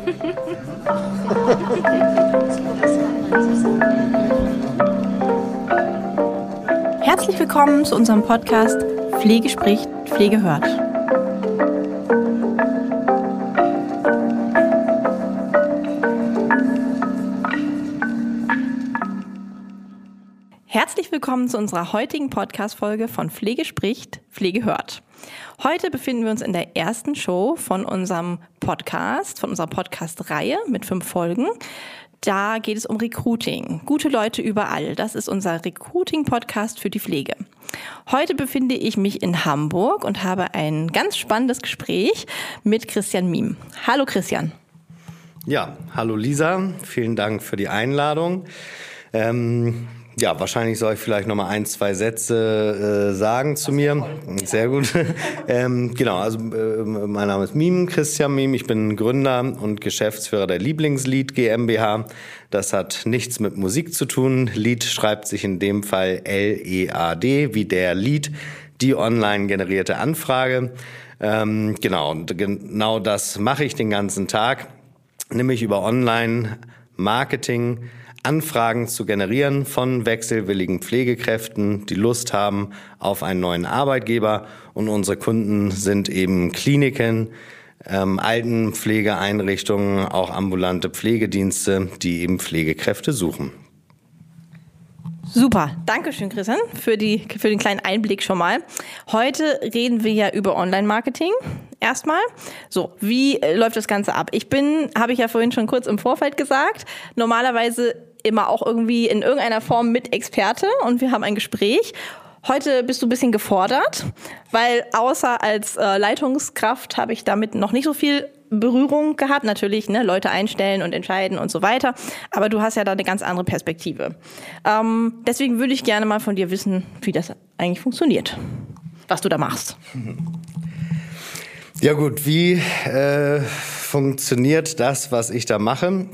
Herzlich willkommen zu unserem Podcast Pflege spricht, Pflege hört. Herzlich willkommen zu unserer heutigen Podcast-Folge von Pflege spricht, Pflege hört. Heute befinden wir uns in der ersten Show von unserem Podcast, von unserer Podcast-Reihe mit 5 Folgen. Da geht es um Recruiting. Gute Leute überall. Das ist unser Recruiting-Podcast für die Pflege. Heute befinde ich mich in Hamburg und habe ein ganz spannendes Gespräch mit Christian Miem. Hallo Christian. Ja, hallo Lisa. Vielen Dank für die Einladung. Ja, wahrscheinlich soll ich vielleicht noch mal 1, 2 Sätze sagen zu mir. Sehr gut. Genau, also mein Name ist Miem, Christian Miem. Ich bin Gründer und Geschäftsführer der Lieblingslied GmbH. Das hat nichts mit Musik zu tun. Lied schreibt sich in dem Fall L-E-A-D, wie der Lied, die online generierte Anfrage. Genau das mache ich den ganzen Tag, nämlich über Online-Marketing Anfragen zu generieren von wechselwilligen Pflegekräften, die Lust haben auf einen neuen Arbeitgeber. Und unsere Kunden sind eben Kliniken, Altenpflegeeinrichtungen, auch ambulante Pflegedienste, die eben Pflegekräfte suchen. Super, Dankeschön Christian für den kleinen Einblick schon mal. Heute reden wir ja über Online-Marketing. Erstmal, so, wie läuft das Ganze ab? Habe ich ja vorhin schon kurz im Vorfeld gesagt, normalerweise immer auch irgendwie in irgendeiner Form mit Experte und wir haben ein Gespräch. Heute bist du ein bisschen gefordert, weil außer als Leitungskraft habe ich damit noch nicht so viel Berührung gehabt. Natürlich, Leute einstellen und entscheiden und so weiter. Aber du hast ja da eine ganz andere Perspektive. Deswegen würde ich gerne mal von dir wissen, wie das eigentlich funktioniert, was du da machst. Ja gut, wie funktioniert das, was ich da mache?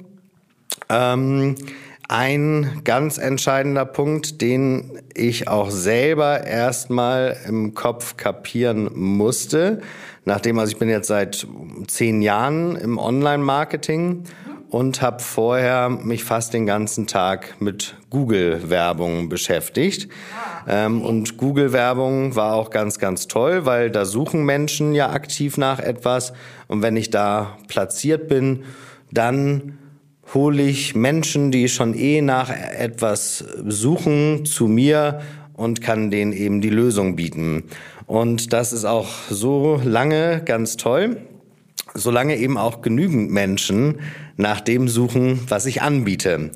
Ein ganz entscheidender Punkt, den ich auch selber erstmal im Kopf kapieren musste, ich bin jetzt seit 10 Jahren im Online-Marketing und habe vorher mich fast den ganzen Tag mit Google-Werbung beschäftigt. Und Google-Werbung war auch ganz, ganz toll, weil da suchen Menschen ja aktiv nach etwas. Und wenn ich da platziert bin, dann hole ich Menschen, die schon nach etwas suchen, zu mir und kann denen eben die Lösung bieten. Und das ist auch so lange ganz toll, solange eben auch genügend Menschen nach dem suchen, was ich anbiete.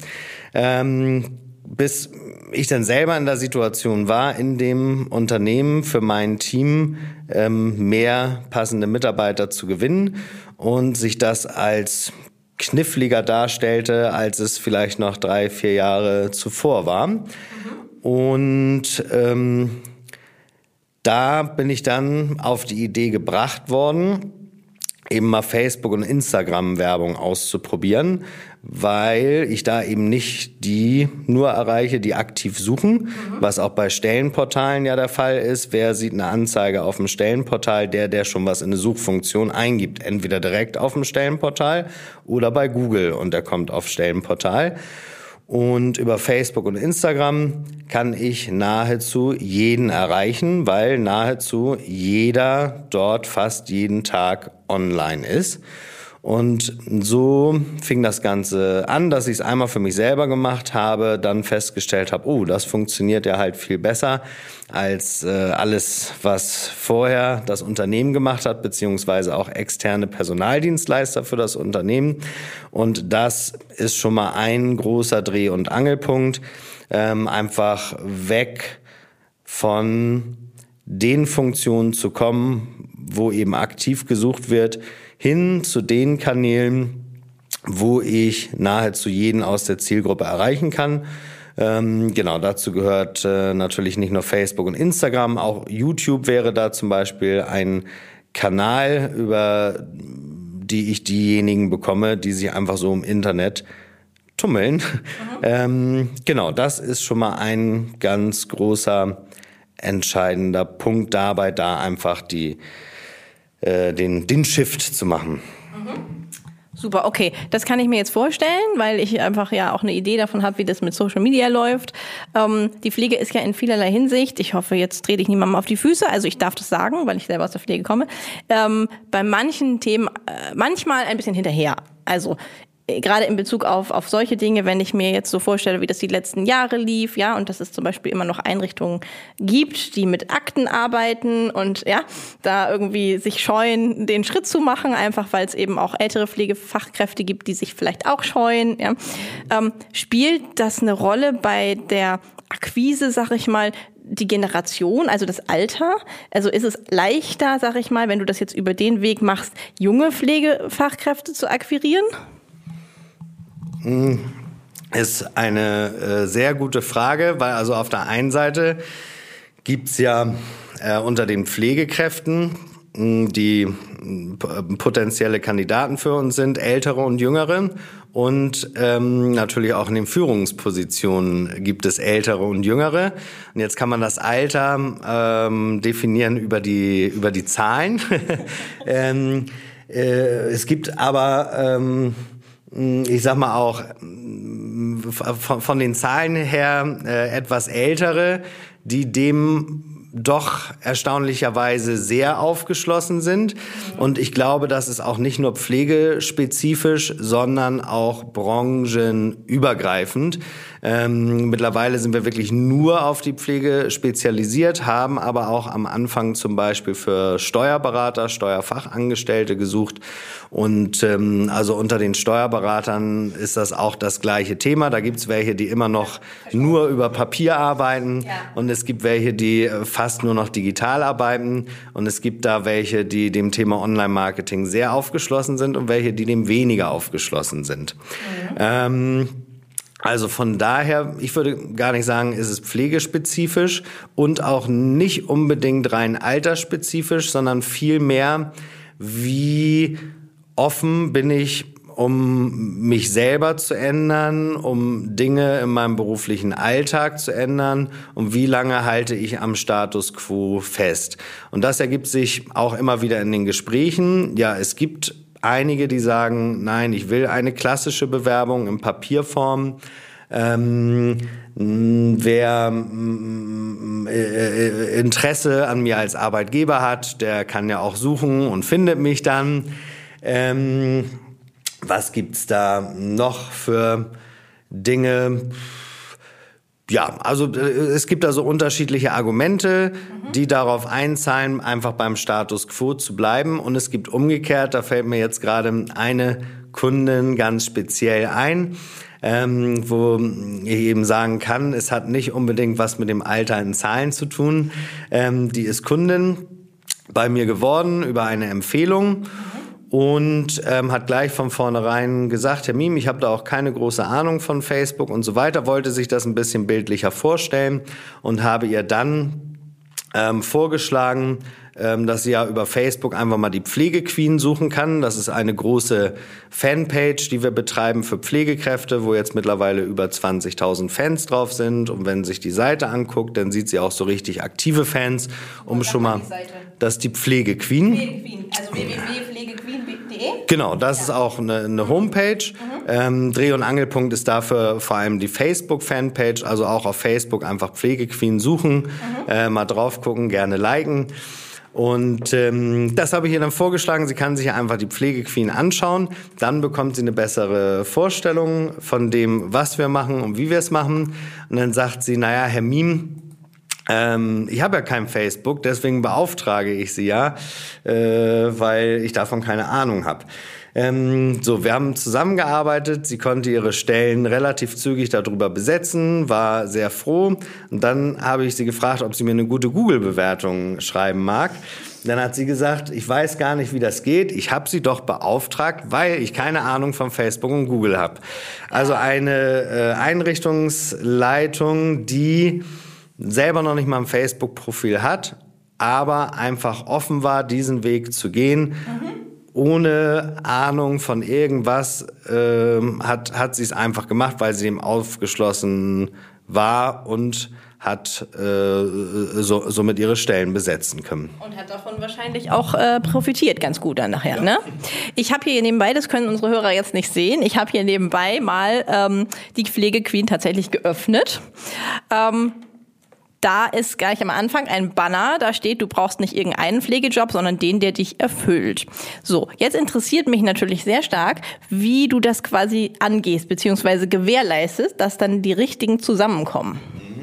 Bis ich dann selber in der Situation war, in dem Unternehmen für mein Team mehr passende Mitarbeiter zu gewinnen und sich das als kniffliger darstellte, als es vielleicht noch 3, 4 Jahre zuvor war. Und da bin ich dann auf die Idee gebracht worden, eben mal Facebook- und Instagram-Werbung auszuprobieren, weil ich da eben nicht die nur erreiche, die aktiv suchen, was auch bei Stellenportalen ja der Fall ist. Wer sieht eine Anzeige auf dem Stellenportal? Der schon was in eine Suchfunktion eingibt, entweder direkt auf dem Stellenportal oder bei Google und der kommt auf Stellenportal. Und über Facebook und Instagram kann ich nahezu jeden erreichen, weil nahezu jeder dort fast jeden Tag online ist. Und so fing das Ganze an, dass ich es einmal für mich selber gemacht habe, dann festgestellt habe, das funktioniert ja halt viel besser als alles, was vorher das Unternehmen gemacht hat, beziehungsweise auch externe Personaldienstleister für das Unternehmen. Und das ist schon mal ein großer Dreh- und Angelpunkt, einfach weg von den Funktionen zu kommen, wo eben aktiv gesucht wird, hin zu den Kanälen, wo ich nahezu jeden aus der Zielgruppe erreichen kann. Genau, dazu gehört natürlich nicht nur Facebook und Instagram, auch YouTube wäre da zum Beispiel ein Kanal, über die ich diejenigen bekomme, die sich einfach so im Internet tummeln. Genau, das ist schon mal ein ganz großer, entscheidender Punkt dabei, da einfach den Shift zu machen. Super, okay. Das kann ich mir jetzt vorstellen, weil ich einfach ja auch eine Idee davon habe, wie das mit Social Media läuft. Die Pflege ist ja in vielerlei Hinsicht, ich hoffe, jetzt trete ich niemandem auf die Füße, also ich darf das sagen, weil ich selber aus der Pflege komme, bei manchen Themen manchmal ein bisschen hinterher. Also gerade in Bezug auf solche Dinge, wenn ich mir jetzt so vorstelle, wie das die letzten Jahre lief, ja, und dass es zum Beispiel immer noch Einrichtungen gibt, die mit Akten arbeiten und ja, da irgendwie sich scheuen, den Schritt zu machen, einfach weil es eben auch ältere Pflegefachkräfte gibt, die sich vielleicht auch scheuen, ja. Spielt das eine Rolle bei der Akquise, sag ich mal, die Generation, also das Alter? Also ist es leichter, sag ich mal, wenn du das jetzt über den Weg machst, junge Pflegefachkräfte zu akquirieren? Ist eine sehr gute Frage, weil also auf der einen Seite gibt's ja unter den Pflegekräften, die potenzielle Kandidaten für uns sind, ältere und jüngere. Und natürlich auch in den Führungspositionen gibt es ältere und jüngere. Und jetzt kann man das Alter definieren über die Zahlen. Es gibt aber ich sag mal auch von den Zahlen her etwas ältere, die dem doch erstaunlicherweise sehr aufgeschlossen sind. Und ich glaube, das ist auch nicht nur pflegespezifisch, sondern auch branchenübergreifend. Mittlerweile sind wir wirklich nur auf die Pflege spezialisiert, haben aber auch am Anfang zum Beispiel für Steuerberater, Steuerfachangestellte gesucht. Und also unter den Steuerberatern ist das auch das gleiche Thema. Da gibt's welche, die immer noch nur über Papier arbeiten. Ja. Und es gibt welche, die fast nur noch digital arbeiten. Und es gibt da welche, die dem Thema Online-Marketing sehr aufgeschlossen sind und welche, die dem weniger aufgeschlossen sind. Mhm. Also von daher, ich würde gar nicht sagen, ist es pflegespezifisch und auch nicht unbedingt rein altersspezifisch, sondern vielmehr, wie offen bin ich, um mich selber zu ändern, um Dinge in meinem beruflichen Alltag zu ändern und wie lange halte ich am Status quo fest. Und das ergibt sich auch immer wieder in den Gesprächen. Ja, es gibt einige, die sagen, nein, ich will eine klassische Bewerbung in Papierform. Wer Interesse an mir als Arbeitgeber hat, der kann ja auch suchen und findet mich dann. Was gibt's da noch für Dinge? Ja, also es gibt da so unterschiedliche Argumente, die darauf einzahlen, einfach beim Status quo zu bleiben. Und es gibt umgekehrt, da fällt mir jetzt gerade eine Kundin ganz speziell ein, wo ich eben sagen kann, es hat nicht unbedingt was mit dem Alter in Zahlen zu tun. Die ist Kundin bei mir geworden über eine Empfehlung. Und hat gleich von vornherein gesagt, Herr Miem, ich habe da auch keine große Ahnung von Facebook und so weiter, wollte sich das ein bisschen bildlicher vorstellen und habe ihr dann vorgeschlagen, dass sie ja über Facebook einfach mal die Pflegequeen suchen kann. Das ist eine große Fanpage, die wir betreiben für Pflegekräfte, wo jetzt mittlerweile über 20.000 Fans drauf sind. Und wenn sich die Seite anguckt, dann sieht sie auch so richtig aktive Fans. Schon mal, das ist die Pflegequeen. Pflegequeen, also www.pflegequeen.de. Genau, das ist auch eine Homepage. Dreh- und Angelpunkt ist dafür vor allem die Facebook-Fanpage, also auch auf Facebook einfach Pflegequeen suchen, mal drauf gucken, gerne liken. Und das habe ich ihr dann vorgeschlagen. Sie kann sich einfach die Pflegequeen anschauen. Dann bekommt sie eine bessere Vorstellung von dem, was wir machen und wie wir es machen. Und dann sagt sie, naja, Herr Miem, ich habe ja kein Facebook, deswegen beauftrage ich Sie ja, weil ich davon keine Ahnung habe. Wir haben zusammengearbeitet, sie konnte ihre Stellen relativ zügig darüber besetzen, war sehr froh. Und dann habe ich sie gefragt, ob sie mir eine gute Google-Bewertung schreiben mag. Dann hat sie gesagt, ich weiß gar nicht, wie das geht. Ich habe sie doch beauftragt, weil ich keine Ahnung von Facebook und Google habe. Also eine Einrichtungsleitung, die selber noch nicht mal ein Facebook-Profil hat, aber einfach offen war, diesen Weg zu gehen. Ohne Ahnung von irgendwas hat sie es einfach gemacht, weil sie dem aufgeschlossen war und hat somit ihre Stellen besetzen können. Und hat davon wahrscheinlich auch profitiert ganz gut dann nachher. Ja. Ne? Ich habe hier nebenbei, das können unsere Hörer jetzt nicht sehen, ich habe hier nebenbei mal die Pflegequeen tatsächlich geöffnet. Da ist gleich am Anfang ein Banner, da steht, du brauchst nicht irgendeinen Pflegejob, sondern den, der dich erfüllt. So, jetzt interessiert mich natürlich sehr stark, wie du das quasi angehst, beziehungsweise gewährleistest, dass dann die richtigen zusammenkommen.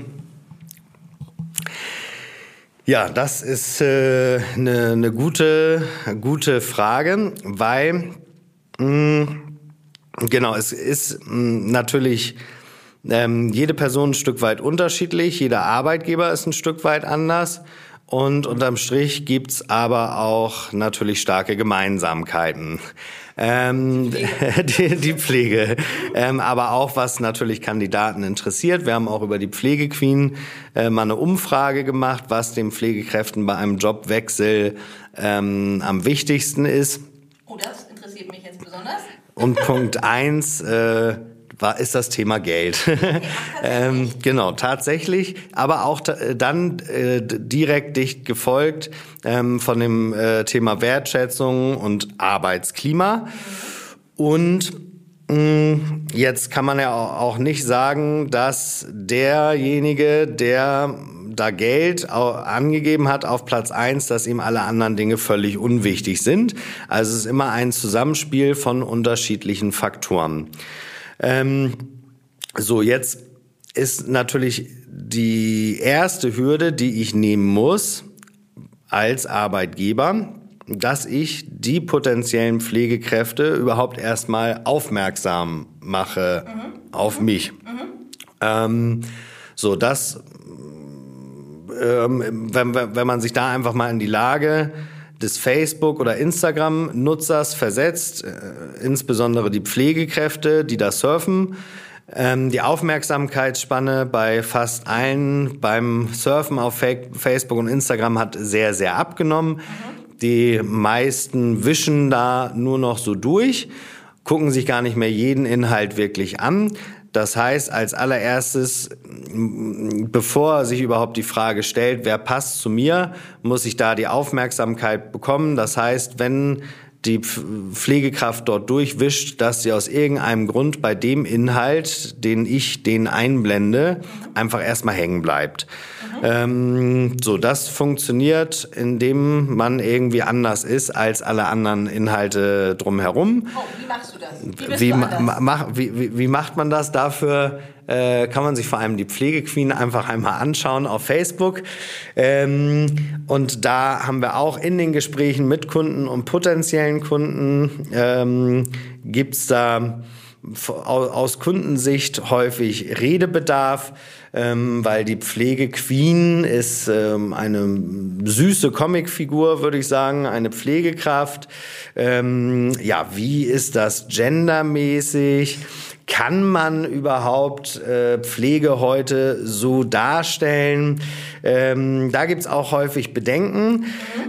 Ja, das ist eine gute Frage, weil genau, es ist natürlich jede Person ein Stück weit unterschiedlich, jeder Arbeitgeber ist ein Stück weit anders und unterm Strich gibt's aber auch natürlich starke Gemeinsamkeiten. Die Pflege, aber auch was natürlich Kandidaten interessiert. Wir haben auch über die Pflegequeen mal eine Umfrage gemacht, was den Pflegekräften bei einem Jobwechsel am wichtigsten ist. Oh, das interessiert mich jetzt besonders. Und Punkt 1 ist das Thema Geld. Genau, tatsächlich, aber auch dann direkt dicht gefolgt von dem Thema Wertschätzung und Arbeitsklima. Und jetzt kann man ja auch nicht sagen, dass derjenige, der da Geld angegeben hat auf Platz 1, dass ihm alle anderen Dinge völlig unwichtig sind. Also es ist immer ein Zusammenspiel von unterschiedlichen Faktoren. So, jetzt ist natürlich die erste Hürde, die ich nehmen muss als Arbeitgeber, dass ich die potenziellen Pflegekräfte überhaupt erstmal aufmerksam mache auf mich. So, das, wenn man sich da einfach mal in die Lage des Facebook- oder Instagram-Nutzers versetzt, insbesondere die Pflegekräfte, die da surfen. Die Aufmerksamkeitsspanne bei fast allen beim Surfen auf Facebook und Instagram hat sehr, sehr abgenommen. Die meisten wischen da nur noch so durch, gucken sich gar nicht mehr jeden Inhalt wirklich an. Das heißt, als allererstes, bevor sich überhaupt die Frage stellt, wer passt zu mir, muss ich da die Aufmerksamkeit bekommen. Das heißt, wenn die Pflegekraft dort durchwischt, dass sie aus irgendeinem Grund bei dem Inhalt, den ich denen einblende, einfach erstmal hängen bleibt. So, das funktioniert, indem man irgendwie anders ist als alle anderen Inhalte drumherum. Oh, wie machst du das? Wie macht man das? Dafür kann man sich vor allem die Pflegequeen einfach einmal anschauen auf Facebook. Und da haben wir auch in den Gesprächen mit Kunden und potenziellen Kunden gibt's da aus Kundensicht häufig Redebedarf, weil die Pflegequeen ist eine süße Comicfigur, würde ich sagen, eine Pflegekraft. Ja, wie ist das gendermäßig? Kann man überhaupt Pflege heute so darstellen? Da gibt's auch häufig Bedenken.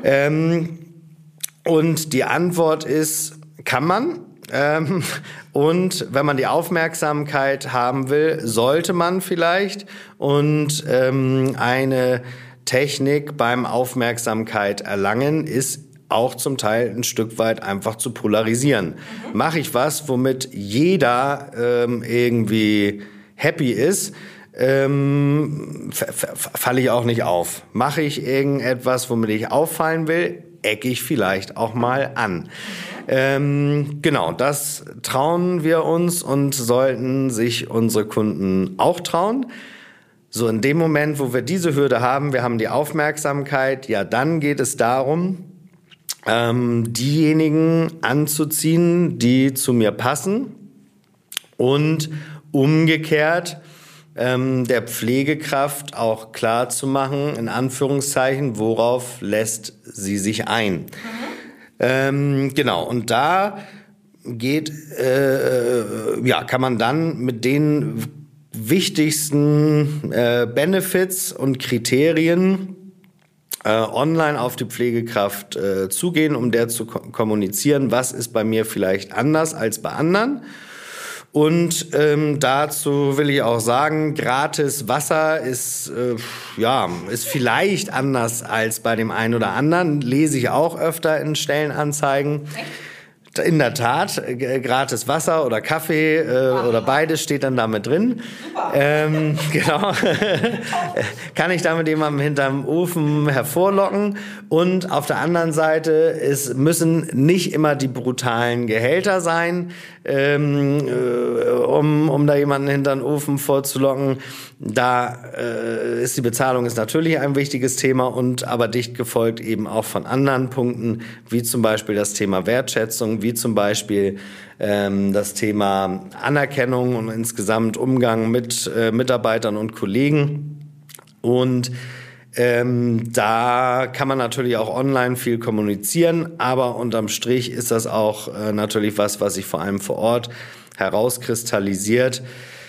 Und die Antwort ist, kann man. Und wenn man die Aufmerksamkeit haben will, sollte man vielleicht. Und eine Technik beim Aufmerksamkeit erlangen ist auch zum Teil ein Stück weit einfach zu polarisieren. Mache ich was, womit jeder irgendwie happy ist, falle ich auch nicht auf. Mache ich irgendetwas, womit ich auffallen will, ecke ich vielleicht auch mal an. Genau, das trauen wir uns und sollten sich unsere Kunden auch trauen. So, in dem Moment, wo wir diese Hürde haben, wir haben die Aufmerksamkeit, ja, dann geht es darum, diejenigen anzuziehen, die zu mir passen und umgekehrt der Pflegekraft auch klar zu machen, in Anführungszeichen, worauf lässt sie sich ein. Genau, und da kann man dann mit den wichtigsten Benefits und Kriterien online auf die Pflegekraft zugehen, um der zu kommunizieren, was ist bei mir vielleicht anders als bei anderen. Und dazu will ich auch sagen, gratis Wasser ist vielleicht anders als bei dem einen oder anderen. Lese ich auch öfter in Stellenanzeigen. In der Tat, gratis Wasser oder Kaffee oder beides steht dann damit drin. Genau. Kann ich damit jemandem hinterm Ofen hervorlocken. Und auf der anderen Seite, es müssen nicht immer die brutalen Gehälter sein, um da jemanden hinterm Ofen vorzulocken. Da ist die Bezahlung ist natürlich ein wichtiges Thema und aber dicht gefolgt eben auch von anderen Punkten, wie zum Beispiel das Thema Wertschätzung, wie zum Beispiel das Thema Anerkennung und insgesamt Umgang mit Mitarbeitern und Kollegen. Und da kann man natürlich auch online viel kommunizieren, aber unterm Strich ist das auch natürlich was sich vor allem vor Ort herauskristallisiert.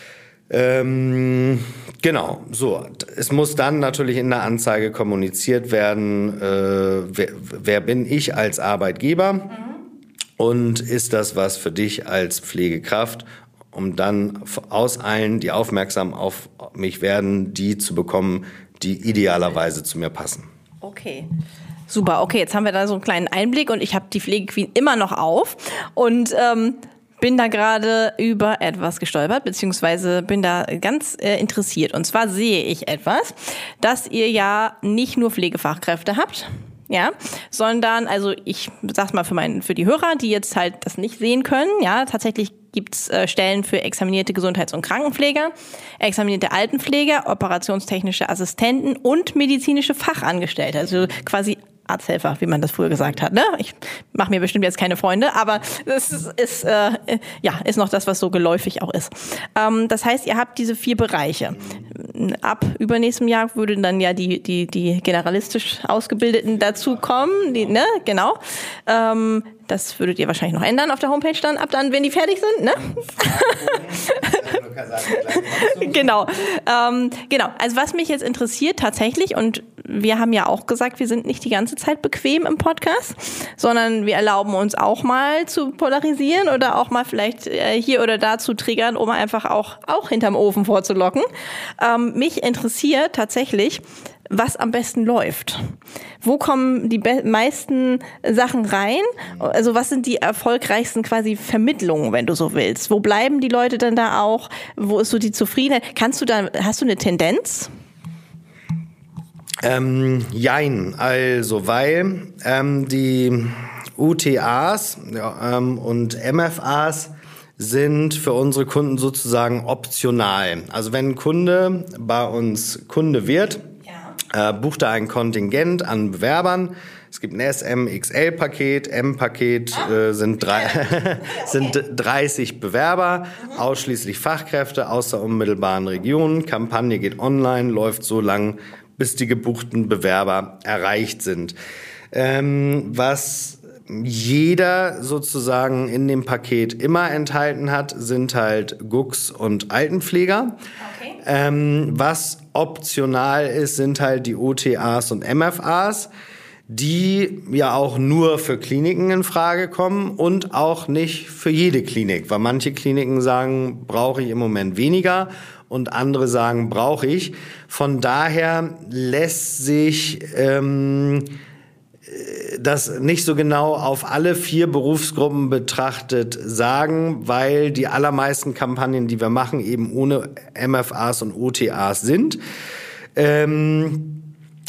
Genau, so. Es muss dann natürlich in der Anzeige kommuniziert werden, wer bin ich als Arbeitgeber und ist das was für dich als Pflegekraft, um dann aus allen, die aufmerksam auf mich werden, die zu bekommen, die idealerweise zu mir passen. Okay. Super, okay, jetzt haben wir da so einen kleinen Einblick und ich habe die Pflegequeen immer noch auf und bin da gerade über etwas gestolpert, beziehungsweise bin da ganz interessiert. Und zwar sehe ich etwas, dass ihr ja nicht nur Pflegefachkräfte habt, ja, sondern, also ich sag's mal für die Hörer, die jetzt halt das nicht sehen können, ja, tatsächlich gibt's Stellen für examinierte Gesundheits- und Krankenpfleger, examinierte Altenpfleger, operationstechnische Assistenten und medizinische Fachangestellte, also quasi Arzthelfer, wie man das früher gesagt hat. Ne? Ich mache mir bestimmt jetzt keine Freunde, aber das ist noch das, was so geläufig auch ist. Das heißt, ihr habt diese 4 Bereiche. Ab übernächstem Jahr würden dann ja die generalistisch Ausgebildeten dazukommen. Ne? Genau. Das würdet ihr wahrscheinlich noch ändern auf der Homepage dann, ab dann, wenn die fertig sind. Ne? Genau. Also was mich jetzt interessiert tatsächlich, und wir haben ja auch gesagt, wir sind nicht die ganze Zeit bequem im Podcast, sondern wir erlauben uns auch mal zu polarisieren oder auch mal vielleicht hier oder da zu triggern, um einfach auch hinterm Ofen vorzulocken. Mich interessiert tatsächlich, was am besten läuft. Wo kommen die meisten Sachen rein? Also was sind die erfolgreichsten quasi Vermittlungen, wenn du so willst? Wo bleiben die Leute denn da auch? Wo ist so die Zufriedenheit? Hast du eine Tendenz? Jein, also weil die UTAs und MFAs sind für unsere Kunden sozusagen optional. Also wenn ein Kunde bei uns Kunde wird, bucht er ein Kontingent an Bewerbern. Es gibt ein SM-XL-Paket, M-Paket sind 30 Bewerber, ausschließlich Fachkräfte aus der unmittelbaren Region. Kampagne geht online, läuft so lang, bis die gebuchten Bewerber erreicht sind. Was jeder sozusagen in dem Paket immer enthalten hat, sind halt Gucks und Altenpfleger. Okay. Was optional ist, sind halt die OTAs und MFAs, die ja auch nur für Kliniken in Frage kommen und auch nicht für jede Klinik, weil manche Kliniken sagen, brauche ich im Moment weniger und andere sagen, brauche ich. Von daher lässt sich das nicht so genau auf alle 4 Berufsgruppen betrachtet sagen, weil die allermeisten Kampagnen, die wir machen, eben ohne MFAs und OTAs sind. Wenn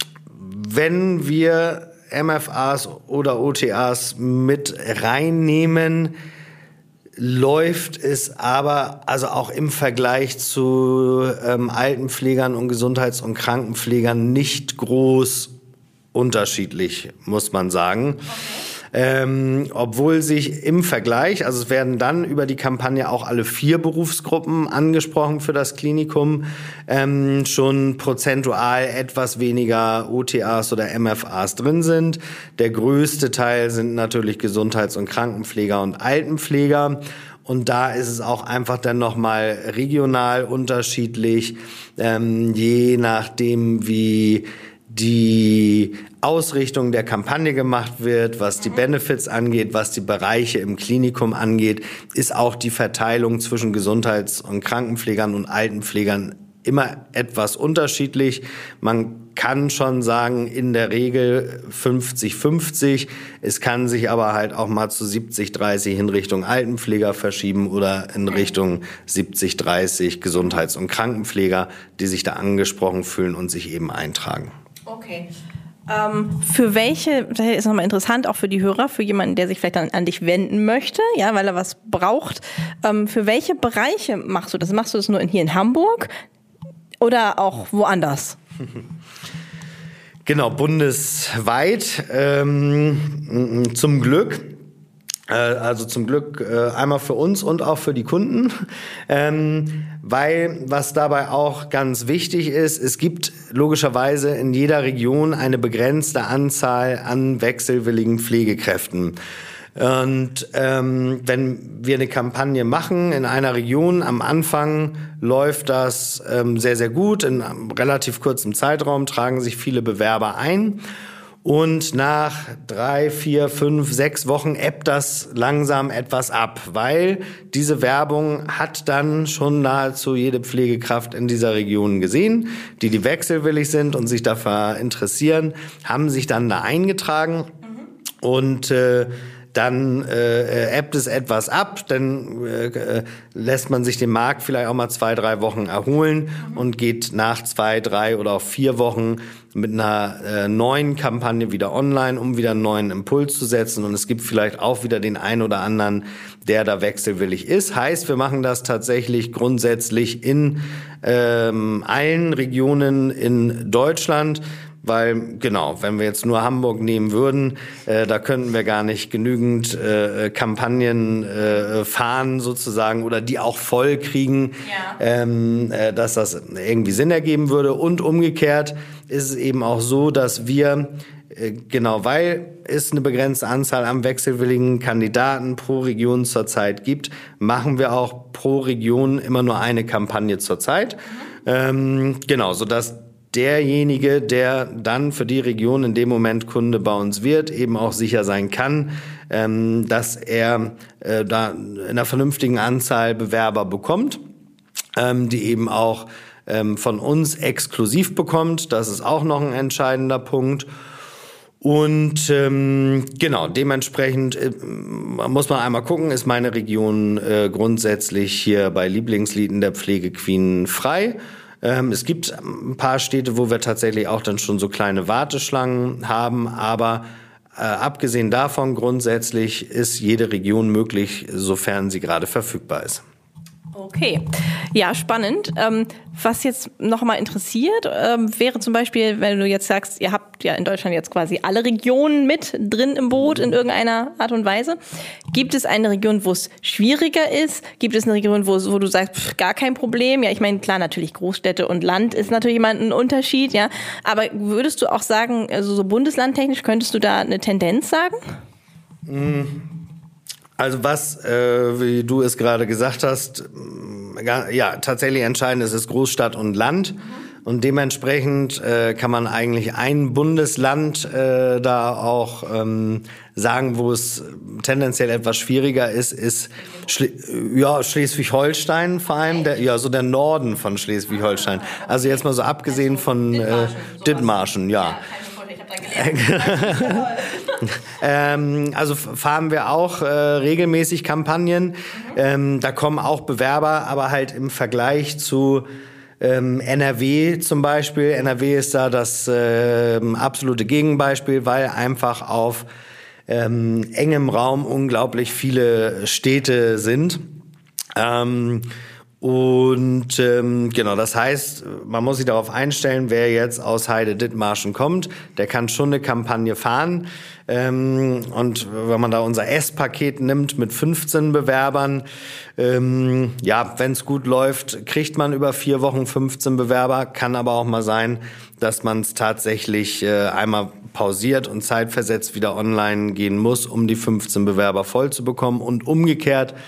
wir MFAs oder OTAs mit reinnehmen, läuft es aber also auch im Vergleich zu Altenpflegern und Gesundheits- und Krankenpflegern nicht groß unterschiedlich, muss man sagen. Okay. Obwohl sich im Vergleich, also es werden dann über die Kampagne auch alle 4 Berufsgruppen angesprochen für das Klinikum, schon prozentual etwas weniger OTAs oder MFAs drin sind. Der größte Teil sind natürlich Gesundheits- und Krankenpfleger und Altenpfleger. Und da ist es auch einfach dann nochmal regional unterschiedlich, je nachdem, wie die Ausrichtung der Kampagne gemacht wird, was die Benefits angeht, was die Bereiche im Klinikum angeht, ist auch die Verteilung zwischen Gesundheits- und Krankenpflegern und Altenpflegern immer etwas unterschiedlich. Man kann schon sagen, in der Regel 50-50. Es kann sich aber halt auch mal zu 70-30 in Richtung Altenpfleger verschieben oder in Richtung 70-30 Gesundheits- und Krankenpfleger, die sich da angesprochen fühlen und sich eben eintragen. Okay. Für welche, das ist nochmal interessant, auch für die Hörer, für jemanden, der sich vielleicht dann an dich wenden möchte, ja, weil er was braucht, für welche Bereiche machst du das? Machst du das nur hier in Hamburg oder auch woanders? Genau, bundesweit, zum Glück. Also zum Glück einmal für uns und auch für die Kunden, weil was dabei auch ganz wichtig ist, es gibt logischerweise in jeder Region eine begrenzte Anzahl an wechselwilligen Pflegekräften. Und wenn wir eine Kampagne machen in einer Region, am Anfang läuft das sehr, sehr gut. In einem relativ kurzem Zeitraum tragen sich viele Bewerber ein. Und nach 3, 4, 5, 6 Wochen ebbt das langsam etwas ab, weil diese Werbung hat dann schon nahezu jede Pflegekraft in dieser Region gesehen. Die wechselwillig sind und sich dafür interessieren, haben sich dann da eingetragen. Und dann ebbt es etwas ab, dann lässt man sich den Markt vielleicht auch mal 2, 3 Wochen erholen und geht nach 2, 3 oder auch 4 Wochen mit einer neuen Kampagne wieder online, um wieder einen neuen Impuls zu setzen. Und es gibt vielleicht auch wieder den einen oder anderen, der da wechselwillig ist. Heißt, wir machen das tatsächlich grundsätzlich in allen Regionen in Deutschland. Weil, genau, wenn wir jetzt nur Hamburg nehmen würden, da könnten wir gar nicht genügend Kampagnen fahren sozusagen oder die auch voll kriegen, dass das irgendwie Sinn ergeben würde. Und umgekehrt ist es eben auch so, dass wir, genau, weil es eine begrenzte Anzahl an wechselwilligen Kandidaten pro Region zurzeit gibt, machen wir auch pro Region immer nur eine Kampagne zurzeit. Genau, sodass derjenige, der dann für die Region in dem Moment Kunde bei uns wird, eben auch sicher sein kann, dass er da in einer vernünftigen Anzahl Bewerber bekommt, die eben auch von uns exklusiv bekommt. Das ist auch noch ein entscheidender Punkt. Und genau, dementsprechend muss man einmal gucken, ist meine Region grundsätzlich hier bei Lieblingslieden der Pflegequeen frei. Es gibt ein paar Städte, wo wir tatsächlich auch dann schon so kleine Warteschlangen haben, aber abgesehen davon grundsätzlich ist jede Region möglich, sofern sie gerade verfügbar ist. Okay, ja, spannend. Was jetzt noch mal interessiert, wäre zum Beispiel, wenn du jetzt sagst, ihr habt ja in Deutschland jetzt quasi alle Regionen mit drin im Boot in irgendeiner Art und Weise. Gibt es eine Region, wo es schwieriger ist? Gibt es eine Region, wo du sagst, gar kein Problem? Ja, ich meine, klar, natürlich Großstädte und Land ist natürlich immer ein Unterschied, ja. Aber würdest du auch sagen, also so bundeslandtechnisch, könntest du da eine Tendenz sagen? Also was, wie du es gerade gesagt hast, ja, tatsächlich entscheidend ist Großstadt und Land. Und dementsprechend kann man eigentlich ein Bundesland da auch sagen, wo es tendenziell etwas schwieriger ist Schleswig-Holstein vor allem, der Norden von Schleswig-Holstein. Also jetzt mal so abgesehen von Dithmarschen, ja. Also fahren wir auch regelmäßig Kampagnen. Da kommen auch Bewerber, aber halt im Vergleich zu NRW zum Beispiel. NRW ist da das absolute Gegenbeispiel, weil einfach auf engem Raum unglaublich viele Städte sind. Genau, das heißt, man muss sich darauf einstellen, wer jetzt aus Heide-Dithmarschen kommt, der kann schon eine Kampagne fahren. Und wenn man da unser S-Paket nimmt mit 15 Bewerbern, wenn es gut läuft, kriegt man über 4 Wochen 15 Bewerber. Kann aber auch mal sein, dass man es tatsächlich einmal pausiert und zeitversetzt wieder online gehen muss, um die 15 Bewerber voll zu bekommen. Und umgekehrt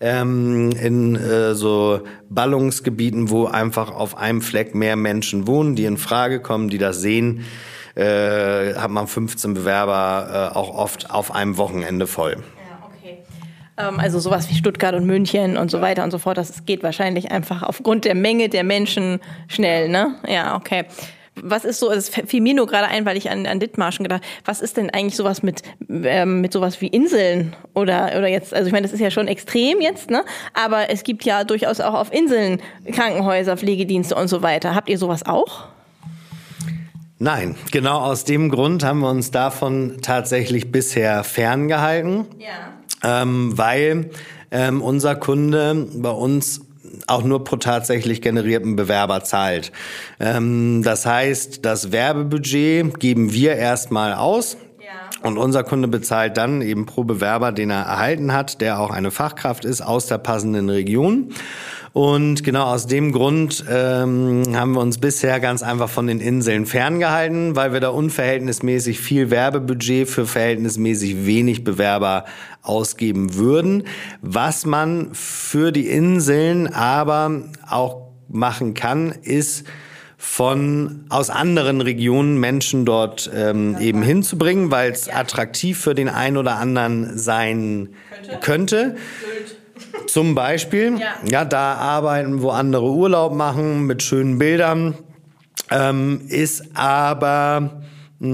in so Ballungsgebieten, wo einfach auf einem Fleck mehr Menschen wohnen, die in Frage kommen, die das sehen, hat man 15 Bewerber auch oft auf einem Wochenende voll. Also sowas wie Stuttgart und München und so weiter und so fort, das geht wahrscheinlich einfach aufgrund der Menge der Menschen schnell, ne? Ja, okay. Was ist so, es fiel mir nur gerade ein, weil ich an Dithmarschen gedacht, was ist denn eigentlich sowas mit sowas wie Inseln oder jetzt, also ich meine, das ist ja schon extrem jetzt, ne? Aber es gibt ja durchaus auch auf Inseln Krankenhäuser, Pflegedienste und so weiter. Habt ihr sowas auch? Nein, genau aus dem Grund haben wir uns davon tatsächlich bisher ferngehalten. Ja. Weil unser Kunde bei uns auch nur pro tatsächlich generierten Bewerber zahlt. Das heißt, das Werbebudget geben wir erstmal aus. Und unser Kunde bezahlt dann eben pro Bewerber, den er erhalten hat, der auch eine Fachkraft ist aus der passenden Region. Und genau aus dem Grund haben wir uns bisher ganz einfach von den Inseln ferngehalten, weil wir da unverhältnismäßig viel Werbebudget für verhältnismäßig wenig Bewerber ausgeben würden. Was man für die Inseln aber auch machen kann, ist aus anderen Regionen Menschen dort eben hinzubringen, weil es attraktiv für den einen oder anderen sein könnte. Zum Beispiel, ja, da arbeiten, wo andere Urlaub machen mit schönen Bildern, ist aber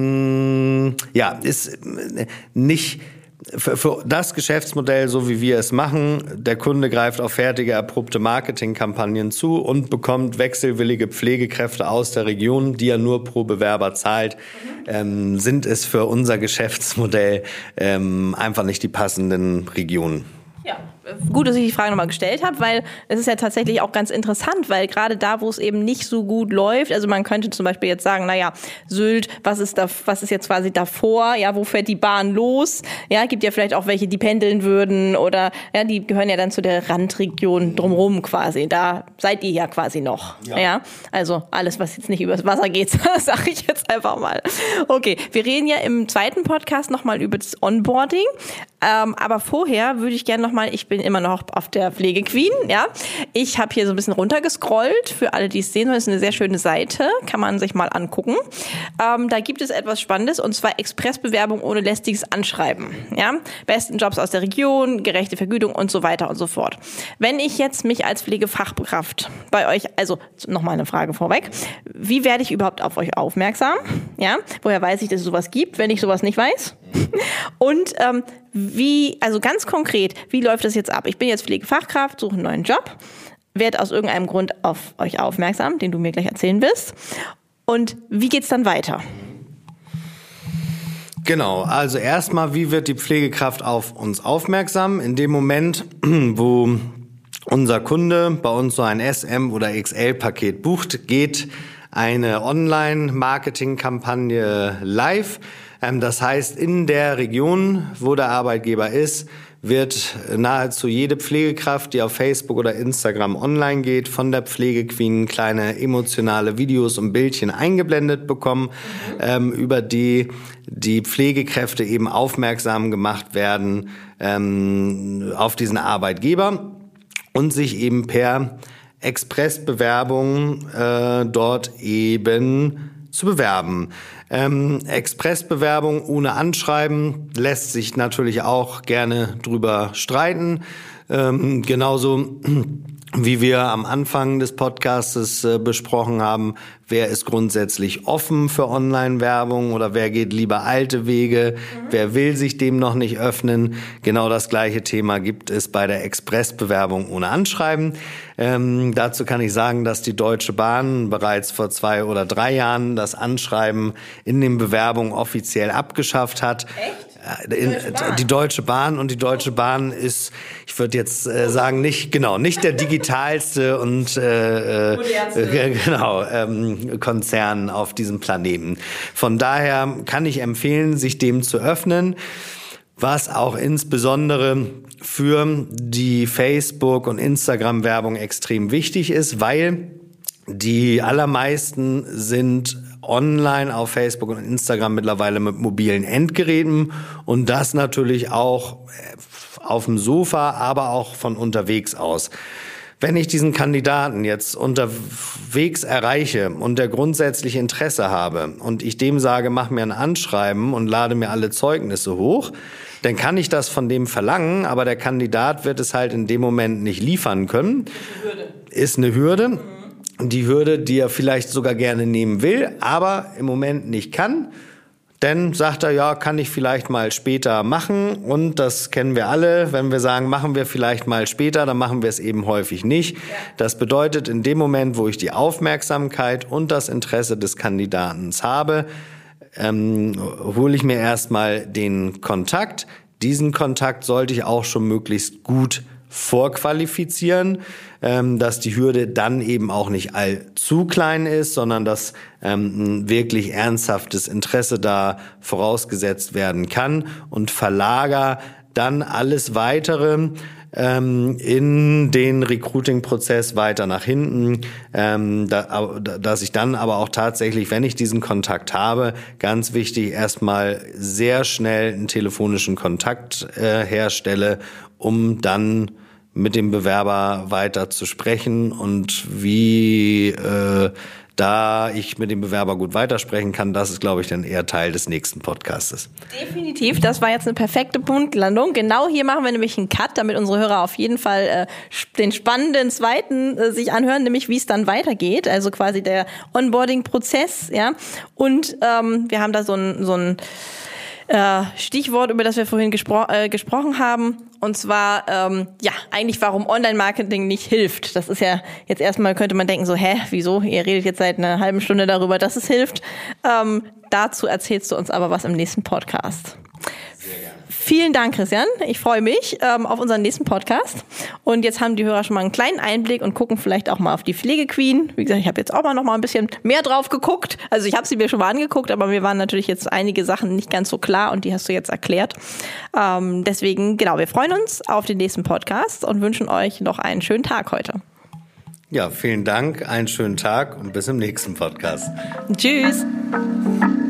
ist nicht für das Geschäftsmodell, so wie wir es machen. Der Kunde greift auf fertige, erprobte Marketingkampagnen zu und bekommt wechselwillige Pflegekräfte aus der Region, die er nur pro Bewerber zahlt. Sind es für unser Geschäftsmodell einfach nicht die passenden Regionen. Ja, gut, dass ich die Frage nochmal gestellt habe, weil es ist ja tatsächlich auch ganz interessant, weil gerade da, wo es eben nicht so gut läuft, also man könnte zum Beispiel jetzt sagen, naja, Sylt, was ist jetzt quasi davor, ja, wo fährt die Bahn los? Ja, gibt ja vielleicht auch welche, die pendeln würden oder, ja, die gehören ja dann zu der Randregion drumherum quasi, da seid ihr ja quasi noch, ja, also alles, was jetzt nicht übers Wasser geht, sage ich jetzt einfach mal. Okay, wir reden ja im zweiten Podcast nochmal über das Onboarding, aber vorher würde ich gerne nochmal, ich bin immer noch auf der Pflegequeen, ja. Ich habe hier so ein bisschen runtergescrollt, für alle, die es sehen, das ist eine sehr schöne Seite, kann man sich mal angucken. Da gibt es etwas Spannendes, und zwar Expressbewerbung ohne lästiges Anschreiben, ja. Besten Jobs aus der Region, gerechte Vergütung und so weiter und so fort. Wenn ich jetzt mich als Pflegefachkraft bei euch, also nochmal eine Frage vorweg, wie werde ich überhaupt auf euch aufmerksam, ja? Woher weiß ich, dass es sowas gibt, wenn ich sowas nicht weiß? Und also ganz konkret, wie läuft das jetzt ab? Ich bin jetzt Pflegefachkraft, suche einen neuen Job, werde aus irgendeinem Grund auf euch aufmerksam, den du mir gleich erzählen wirst. Und wie geht's dann weiter? Genau, also erstmal, wie wird die Pflegekraft auf uns aufmerksam? In dem Moment, wo unser Kunde bei uns so ein SM- oder XL-Paket bucht, geht eine Online-Marketing-Kampagne live. Das heißt, in der Region, wo der Arbeitgeber ist, wird nahezu jede Pflegekraft, die auf Facebook oder Instagram online geht, von der Pflegequeen kleine emotionale Videos und Bildchen eingeblendet bekommen, über die Pflegekräfte eben aufmerksam gemacht werden auf diesen Arbeitgeber und sich eben per Expressbewerbung dort eben zu bewerben. Expressbewerbung ohne Anschreiben lässt sich natürlich auch gerne drüber streiten. Genauso wie wir am Anfang des Podcastes besprochen haben, wer ist grundsätzlich offen für Online-Werbung oder wer geht lieber alte Wege, wer will sich dem noch nicht öffnen. Genau das gleiche Thema gibt es bei der Expressbewerbung ohne Anschreiben. Dazu kann ich sagen, dass die Deutsche Bahn bereits vor 2 oder 3 Jahren das Anschreiben in den Bewerbungen offiziell abgeschafft hat. Echt? Die Deutsche Bahn, und die Deutsche Bahn ist, ich würde jetzt sagen, nicht der digitalste und Konzern auf diesem Planeten. Von daher kann ich empfehlen, sich dem zu öffnen, was auch insbesondere für die Facebook- und Instagram-Werbung extrem wichtig ist, weil die allermeisten sind online auf Facebook und Instagram mittlerweile mit mobilen Endgeräten und das natürlich auch auf dem Sofa, aber auch von unterwegs aus. Wenn ich diesen Kandidaten jetzt unterwegs erreiche und der grundsätzlich Interesse habe und ich dem sage, mach mir ein Anschreiben und lade mir alle Zeugnisse hoch, dann kann ich das von dem verlangen, aber der Kandidat wird es halt in dem Moment nicht liefern können. Ist eine Hürde. Die Hürde, die er vielleicht sogar gerne nehmen will, aber im Moment nicht kann. Dann sagt er, ja, kann ich vielleicht mal später machen. Und das kennen wir alle. Wenn wir sagen, machen wir vielleicht mal später, dann machen wir es eben häufig nicht. Ja. Das bedeutet, in dem Moment, wo ich die Aufmerksamkeit und das Interesse des Kandidaten habe, hole ich mir erstmal den Kontakt. Diesen Kontakt sollte ich auch schon möglichst gut vorqualifizieren, dass die Hürde dann eben auch nicht allzu klein ist, sondern dass ein wirklich ernsthaftes Interesse da vorausgesetzt werden kann und verlagere dann alles Weitere in den Recruiting-Prozess weiter nach hinten, dass ich dann aber auch tatsächlich, wenn ich diesen Kontakt habe, ganz wichtig, erstmal sehr schnell einen telefonischen Kontakt herstelle, um dann mit dem Bewerber weiter zu sprechen und wie da ich mit dem Bewerber gut weitersprechen kann, das ist, glaube ich, dann eher Teil des nächsten Podcastes. Definitiv, das war jetzt eine perfekte Punktlandung. Genau hier machen wir nämlich einen Cut, damit unsere Hörer auf jeden Fall den spannenden zweiten sich anhören, nämlich wie es dann weitergeht, also quasi der Onboarding-Prozess, ja. Und wir haben da so ein Stichwort, über das wir vorhin gesprochen haben, und zwar, eigentlich warum Online-Marketing nicht hilft. Das ist ja jetzt erstmal, könnte man denken so, wieso? Ihr redet jetzt seit einer halben Stunde darüber, dass es hilft. Dazu erzählst du uns aber was im nächsten Podcast. Sehr gerne. Vielen Dank, Christian. Ich freue mich auf unseren nächsten Podcast. Und jetzt haben die Hörer schon mal einen kleinen Einblick und gucken vielleicht auch mal auf die Pflegequeen. Wie gesagt, ich habe jetzt auch mal noch mal ein bisschen mehr drauf geguckt. Also ich habe sie mir schon mal angeguckt, aber mir waren natürlich jetzt einige Sachen nicht ganz so klar und die hast du jetzt erklärt. Deswegen, genau, wir freuen uns auf den nächsten Podcast und wünschen euch noch einen schönen Tag heute. Ja, vielen Dank, einen schönen Tag und bis im nächsten Podcast. Tschüss.